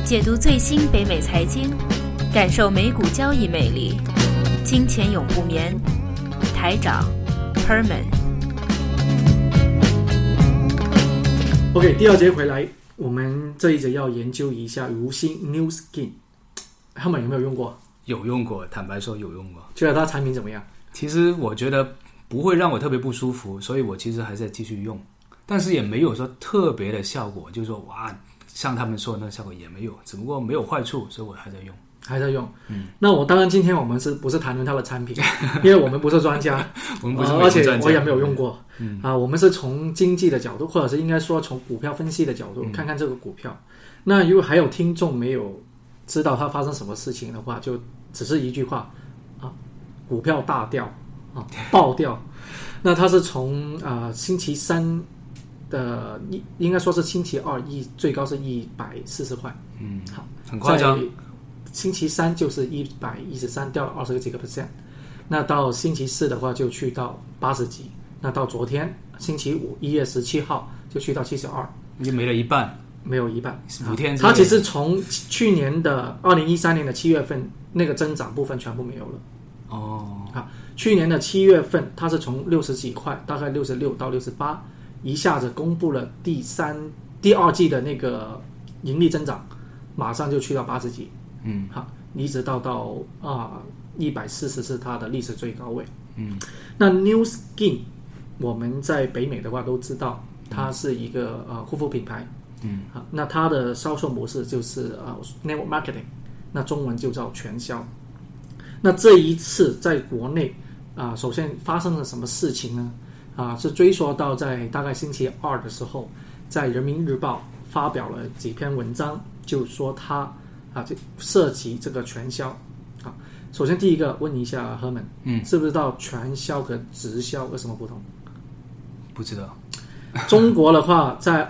解读最新北美财经，感受美股交易魅力。金钱永不眠，台长 Herman。OK， 第二节回来，我们这一节要研究一下如新 New Skin。Herman 有没有用过？ 有用过，坦白说有用过。 觉得它产品怎么样？ 其实我觉得不会让我特别不舒服，所以我其实还在继续用，但是也没有说特别的效果，就是说哇，像他们说的那个效果也没有，只不过没有坏处，所以我还在用。 那我当然今天我们不是谈论它的产品，因为我们不是专家， 我们不是而且我也没有用过。我们是从经济的角度，或者是应该说从股票分析的角度，看看这个股票。那如果还有听众没有知道它发生什么事情的话，就只是一句话啊，股票大掉啊，爆掉。那它是从星期三的应该说是星期二最高是140块，好， 很夸张。 星期三就是113，掉了20几个%。那到星期四的话就去到80几，那到昨天星期五1月17号就去到72， 已经没了一半。 没有一半 ，5天。 它其实从去年的2013年的7月份那个增长部分全部没有了。去年的7月份它是从60几块，大概66到68，一下子公布了第二季的那个盈利增长，马上就去到80几。一直到140是它的历史最高位。那 New Skin 我们在北美的话都知道，它是一个护肤品牌。那它的销售模式就是network marketing， 那中文就叫全销。那这一次在国内首先发生了什么事情呢？是追溯到在大概星期二的时候，在人民日报发表了几篇文章，就说它就涉及这个全销。首先第一个问一下 Herman，知不知道全销和直销有什么不同？ 不知道。 中国的话在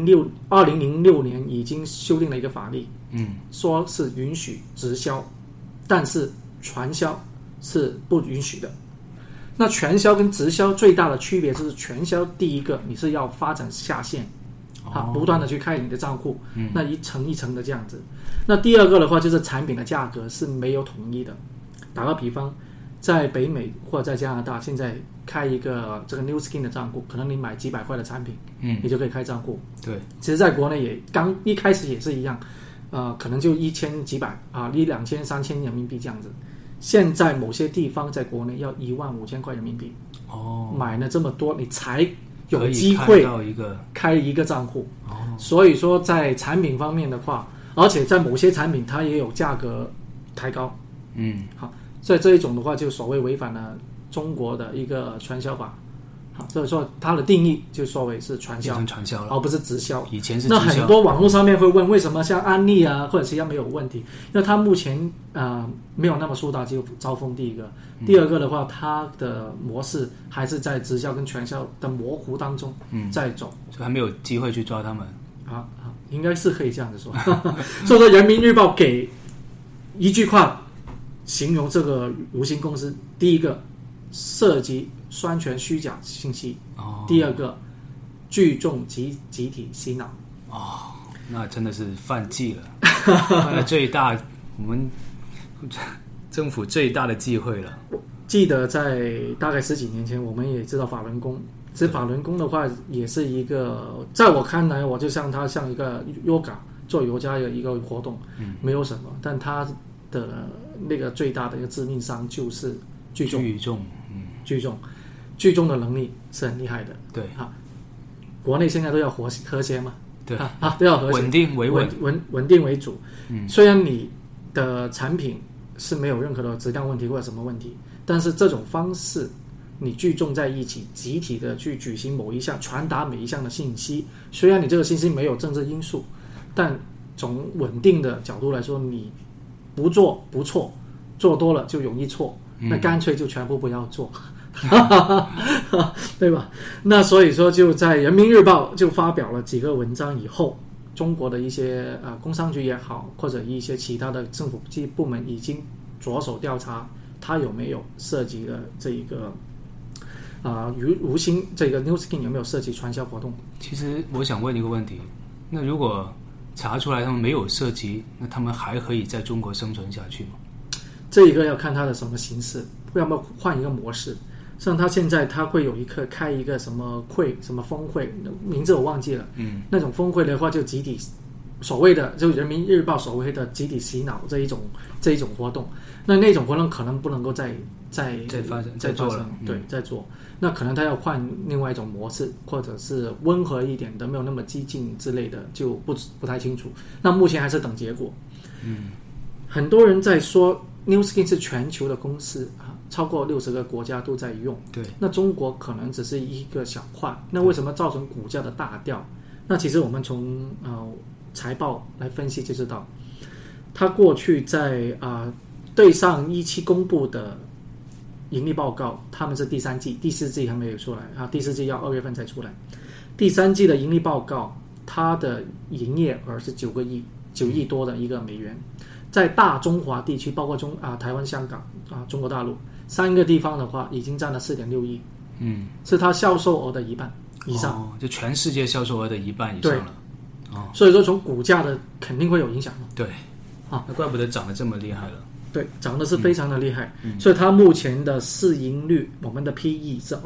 2006年已经修订了一个法律，说是允许直销，但是传销是不允许的。那全销跟直销最大的区别就是全销第一个你是要发展下线，不断的去开你的账户，那一层一层的这样子。那第二个的话就是产品的价格是没有统一的。打个比方，在北美或者在加拿大，现在开一个这个 New Skin 的账户，可能你买几百块的产品，你就可以开账户。 对， 其实在国内也一开始也是一样，可能就1000几百2000、3000人民币这样子。现在某些地方在国内要15000块人民币，买了这么多，你才有机会开一个账户。所以说在产品方面的话，而且在某些产品它也有价格抬高。好，所以这一种的话就所谓违反了中国的一个传销法。好，所以说它的定义就说为是传销， 了， 而不是直销。 以前是直销。 那很多网络上面会问，为什么像安利或者其他没有问题？因为它目前没有那么树大招风。第一个，第二个的话，它的模式还是在直销跟传销的模糊当中在走， 所以还没有机会去抓他们。 应该是可以这样子说。所以说，人民日报给一句话形容这个如新公司：第一个，涉及宣传虚假信息；第二个，聚众集体洗脑。 那真的是犯忌了，犯了我们政府最大的忌讳了。 记得在大概10几年前，我们也知道法轮功。其实法轮功的话，也是一个，在我看来，我就像它像一个 yoga 做瑜伽的一个活动，没有什么，但它的那个最大的一个致命伤就是聚众的能力是很厉害的。 对， 国内现在都要和谐嘛， 对都要和谐， 稳定为主。虽然你的产品是没有任何的质量问题或者什么问题，但是这种方式你聚众在一起，集体的去举行某一项，传达每一项的信息，虽然你这个信息没有政治因素，但从稳定的角度来说，你不做不错，做多了就容易错，那干脆就全部不要做。对吧？那所以说就在人民日报就发表了几个文章以后，中国的一些工商局也好，或者一些其他的政府部门已经着手调查它有没有涉及的这一个如新这个 New Skin 有没有涉及传销活动。 其实我想问一个问题，那如果查出来他们没有涉及，那他们还可以在中国生存下去吗？ 这一个要看它的什么形式，要不要换一个模式。像他现在他会有开一个什么会什么峰会，名字我忘记了。那种峰会的话就集体所谓的就人民日报所谓的集体洗脑这一种活动，那种活动可能不能够再做了，对，再做。那可能他要换另外一种模式，或者是温和一点的，没有那么激进之类的，就不太清楚。那目前还是等结果。很多人在说 New Skin 是全球的公司啊，超过60个国家都在用。 对， 那中国可能只是一个小块。那为什么造成股价的大掉？那其实我们从财报来分析就知道，它过去在对上一期公布的盈利报告，他们是第3季、第4季还没有出来啊，第4季要2月份才出来。第3季的盈利报告，它的营业额是9亿多的一个美元。在大中华地区，包括台湾、香港中国大陆3个地方的话，已经占了4.6亿，是它销售额的一半以上， 就全世界销售额的一半以上了。 所以说从股价的肯定会有影响嘛。 对，那怪不得涨得这么厉害了。 对，涨得是非常的厉害。所以它目前的市盈率，我们的 PE 是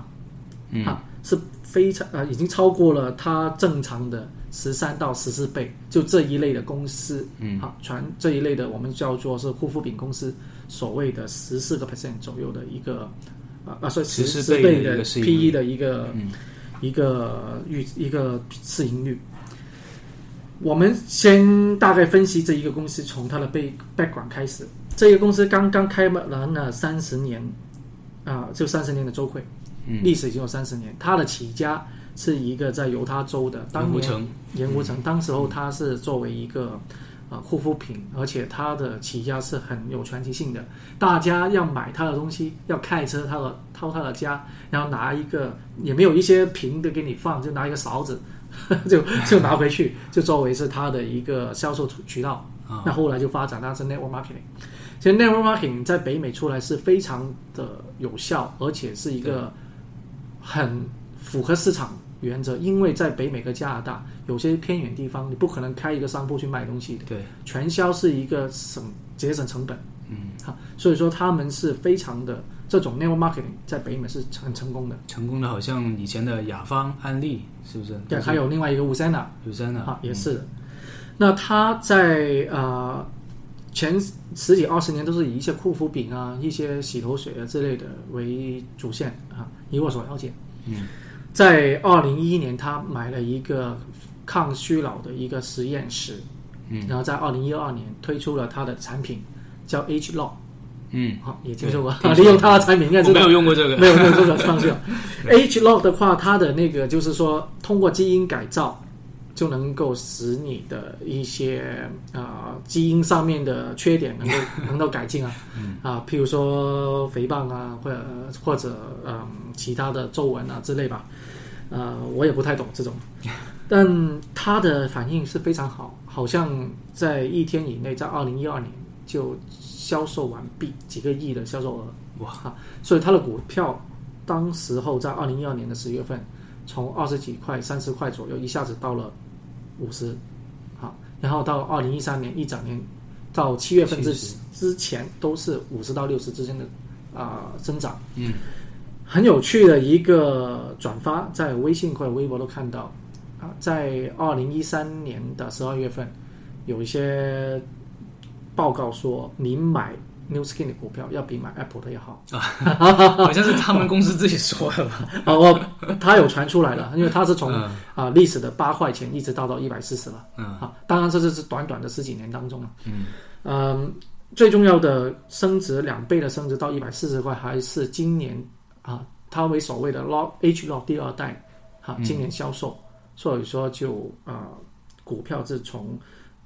28，是非常已经超过了它正常的13到14倍，就这一类的公司，这一类的我们叫做是护肤品公司，所谓的14% 左右的一个所以14倍的 PE 的一个市盈率。我们先大概分析这一个公司从它的background 开始。这个公司刚刚开门了30年，就30年的周会，历史已经有30年。它的起家是一个在犹他州的盐湖城，当时候它是作为一个护肤品，而且它的起家是很有传奇性的。大家要买它的东西，要开车掏它的家，然后拿一个也没有一些瓶的给你放，就拿一个勺子就拿回去，就作为是它的一个销售渠道。那后来就发展它是 network marketing。其实 network marketing 在北美出来是非常的有效，而且是一个很符合市场原则。因为在北美和加拿大有些偏远地方，你不可能开一个商铺去卖东西的， 对， 全销是一个节省成本。所以说他们是非常的这种 network marketing 在北美是很成功的，好像以前的雅芳、安利，是不是？对，还有另外一个USANA也是的。那他在前10几20年都是以一些护肤品一些洗头水之类的为主线以我所了解。在2011年他买了一个抗衰老的一个实验室，然后在2012年推出了他的产品叫 ageLOC。也听说过，利用它的产品应该知道。我没有用过这个，没有这个创新。ageLOC 的话，它的那个就是说，通过基因改造，就能够使你的一些基因上面的缺点能够改进譬如说肥胖或者其他的皱纹之类吧。我也不太懂这种，但它的反应是非常好，好像在1天以内，在2012年就销售完毕，几个亿的销售额。所以它的股票当时候在2012年的10月份，从20几块、30块左右，一下子到了50，然后到2013年一整年到7月份之前都是50到60之间的增长。很有趣的一个转发，在微信或者微博都看到在2013年的12月份，有一些报告说，你买 New Skin 的股票要比买 Apple 的要好。 好像是他们公司自己说的吧？ 他有传出来了，因为他是从历史的8块钱一直到140了。当然这是短短的10几年当中最重要的升值2倍的升值到140块，还是今年它为所谓的 ageLOC 第2代今年销售，所以说就股票是从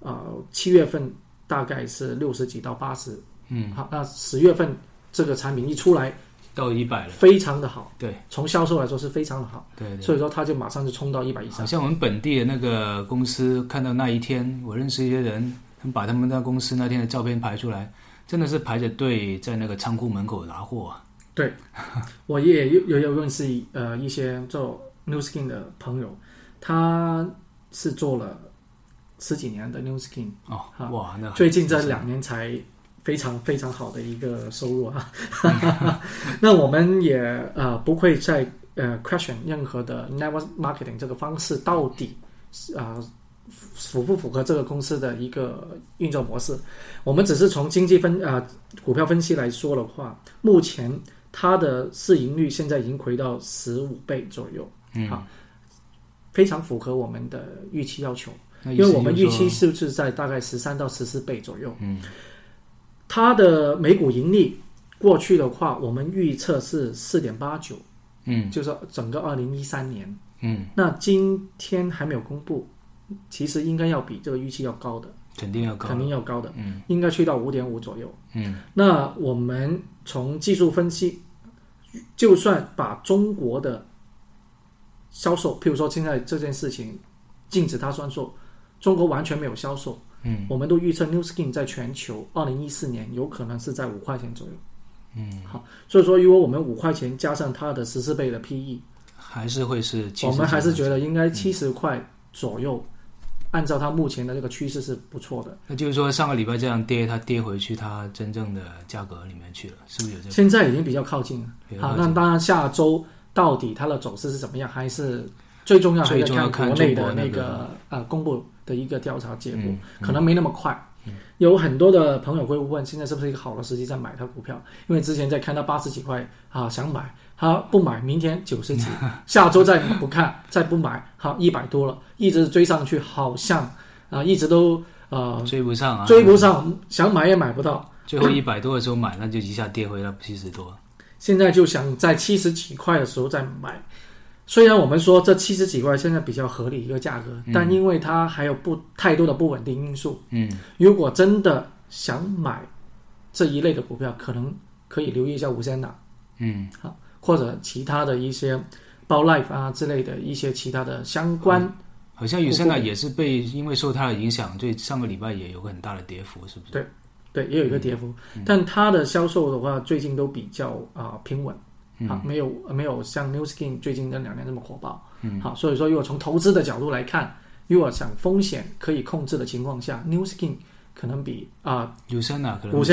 7月份大概是60几到80。那10月份这个产品一出来到100了， 非常的好。 对， 从销售来说是非常的好。对，所以说它就马上就冲到100以上。 好像我们本地的那个公司看到那一天，我认识一些人，他们把他们那公司那天的照片排出来，真的是排着队在那个仓库门口拿货。 对，我也有认识一些做 New Skin 的朋友，他是做了 10几年的 New Skin 哇，那最近这2年才非常非常好的一个收入啊。那我们也不会再question 任何的 network marketing 这个方式到底符不符合这个公司的一个运作模式。我们只是从股票分析来说的话，目前它的市盈率现在已经回到15倍左右，非常符合我们的预期要求。因为我们预期是在大概13到14倍左右。它的每股盈利过去的话，我们预测是 4.89，就是整个2013年。那今天还没有公布，其实应该要比这个预期要高的，肯定要高的，应该去到 5.5 左右。那我们从技术分析，就算把中国的销售，譬如说现在这件事情禁止它销售，中国完全没有销售，我们都预测 New Skin 在全球2014年有可能是在5块钱左右。好，所以说如果我们5块钱加上它的14倍的 PE， 还是会是70， 我们还是觉得应该70块左右，按照它目前的这个趋势是不错的。 那就是说上个礼拜这样跌，它跌回去它真正的价格里面去了，是不是有这个？ 现在已经比较靠近了。好，那当然下周到底它的走势是怎么样，还是最重要还是看国内的那个公布的一个调查结果，可能没那么快。有很多的朋友会问，现在是不是一个好的时机在买它股票？因为之前在看到80几块想买，他不买，明天90几，下周再不看，再不买，好100多了，一直追上去，好像一直都追不上， 想买也买不到， 最后100多的时候买，那就一下跌回到70多。 现在就想在70几块的时候再买。虽然我们说这70几块现在比较合理一个价格，但因为它还有太多的不稳定因素。如果真的想买这一类的股票，可能可以留意一下无线打，或者其他的一些包 Life 之类的一些其他的相关。 好像有线打也是因为受它的影响，所以上个礼拜也有个很大的跌幅，是不是？ 对，也有一个跌幅，但它的销售的话，最近都比较平稳。没有像 New Skin 最近这2年这么火爆。好，所以说如果从投资的角度来看，如果想风险可以控制的情况下， New Skin 可能比有线打 New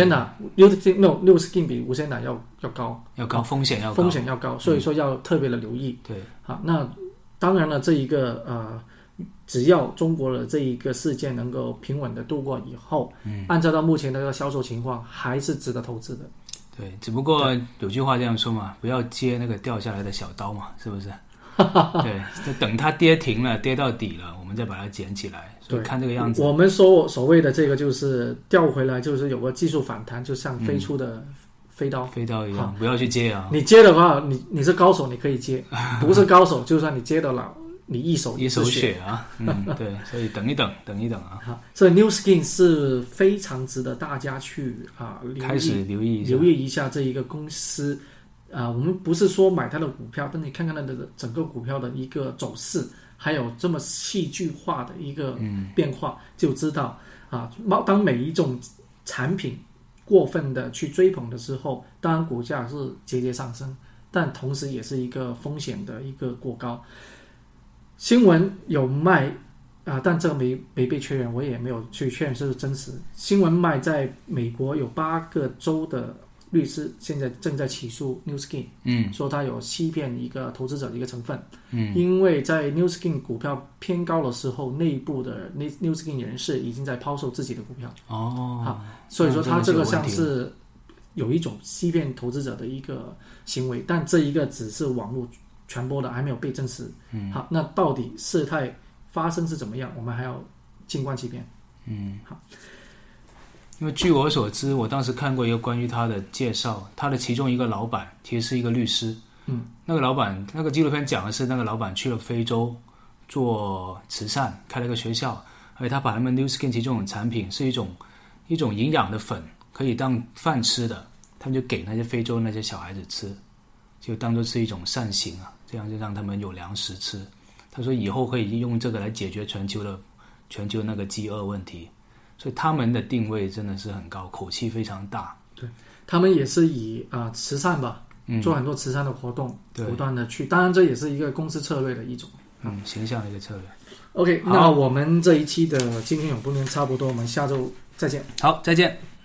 Skin 比无线打要高， 风险要高， 所以说要特别的留意。 对， 好，那当然了，这一个只要中国的这一个事件能够平稳的度过以后，按照到目前的这个销售情况，还是值得投资的。 对，只不过有句话这样说嘛，不要接那个掉下来的小刀嘛，是不是？对，就等它跌停了，跌到底了，我们再把它捡起来。所以看这个样子， 我们所谓的这个就是掉回来，就是有个技术反弹，就像飞出的飞刀一样，不要去接啊！ 你接的话，你是高手，你可以接；不是高手，就算你接得了，你一手血啊！对，所以等一等啊！ 所以 New Skin 是非常值得大家去开始留意一下这一个公司。我们不是说买它的股票，但你看看它的整个股票的一个走势，还有这么戏剧化的一个变化，就知道当每一种产品过分的去追捧的时候，当然股价是节节上升，但同时也是一个风险的一个过高。新闻有卖但这个没被确认，我也没有去确认是不是真实。新闻卖在美国有8个州的律师现在正在起诉 New Skin， 说他有欺骗一个投资者的一个成分。因为在 New Skin 股票偏高的时候，内部的 New Skin 人士已经在抛售自己的股票。所以说他这个像是有一种欺骗投资者的一个行为，但这一个只是网络传播的，还没有被证实。好，那到底事态发生是怎么样，我们还要静观其变。好。 因为据我所知，我当时看过一个关于他的介绍，他的其中一个老板其实是一个律师。那个老板，那个纪录片讲的是那个老板去了非洲做慈善，开了一个学校，而且他把他们 New Skin 这种产品是一种营养的粉，可以当饭吃的，他们就给那些非洲那些小孩子吃，就当作是一种善行啊，这样就让他们有粮食吃。他说以后可以用这个来解决全球那个饥饿问题。所以他们的定位真的是很高，口气非常大。 对，他们也是以慈善吧，做很多慈善的活动，不断的去。当然这也是一个公司策略的一种。 形象的一个策略。 OK， 那我们这一期的今天永不眠差不多，我们下周再见。 好，再见。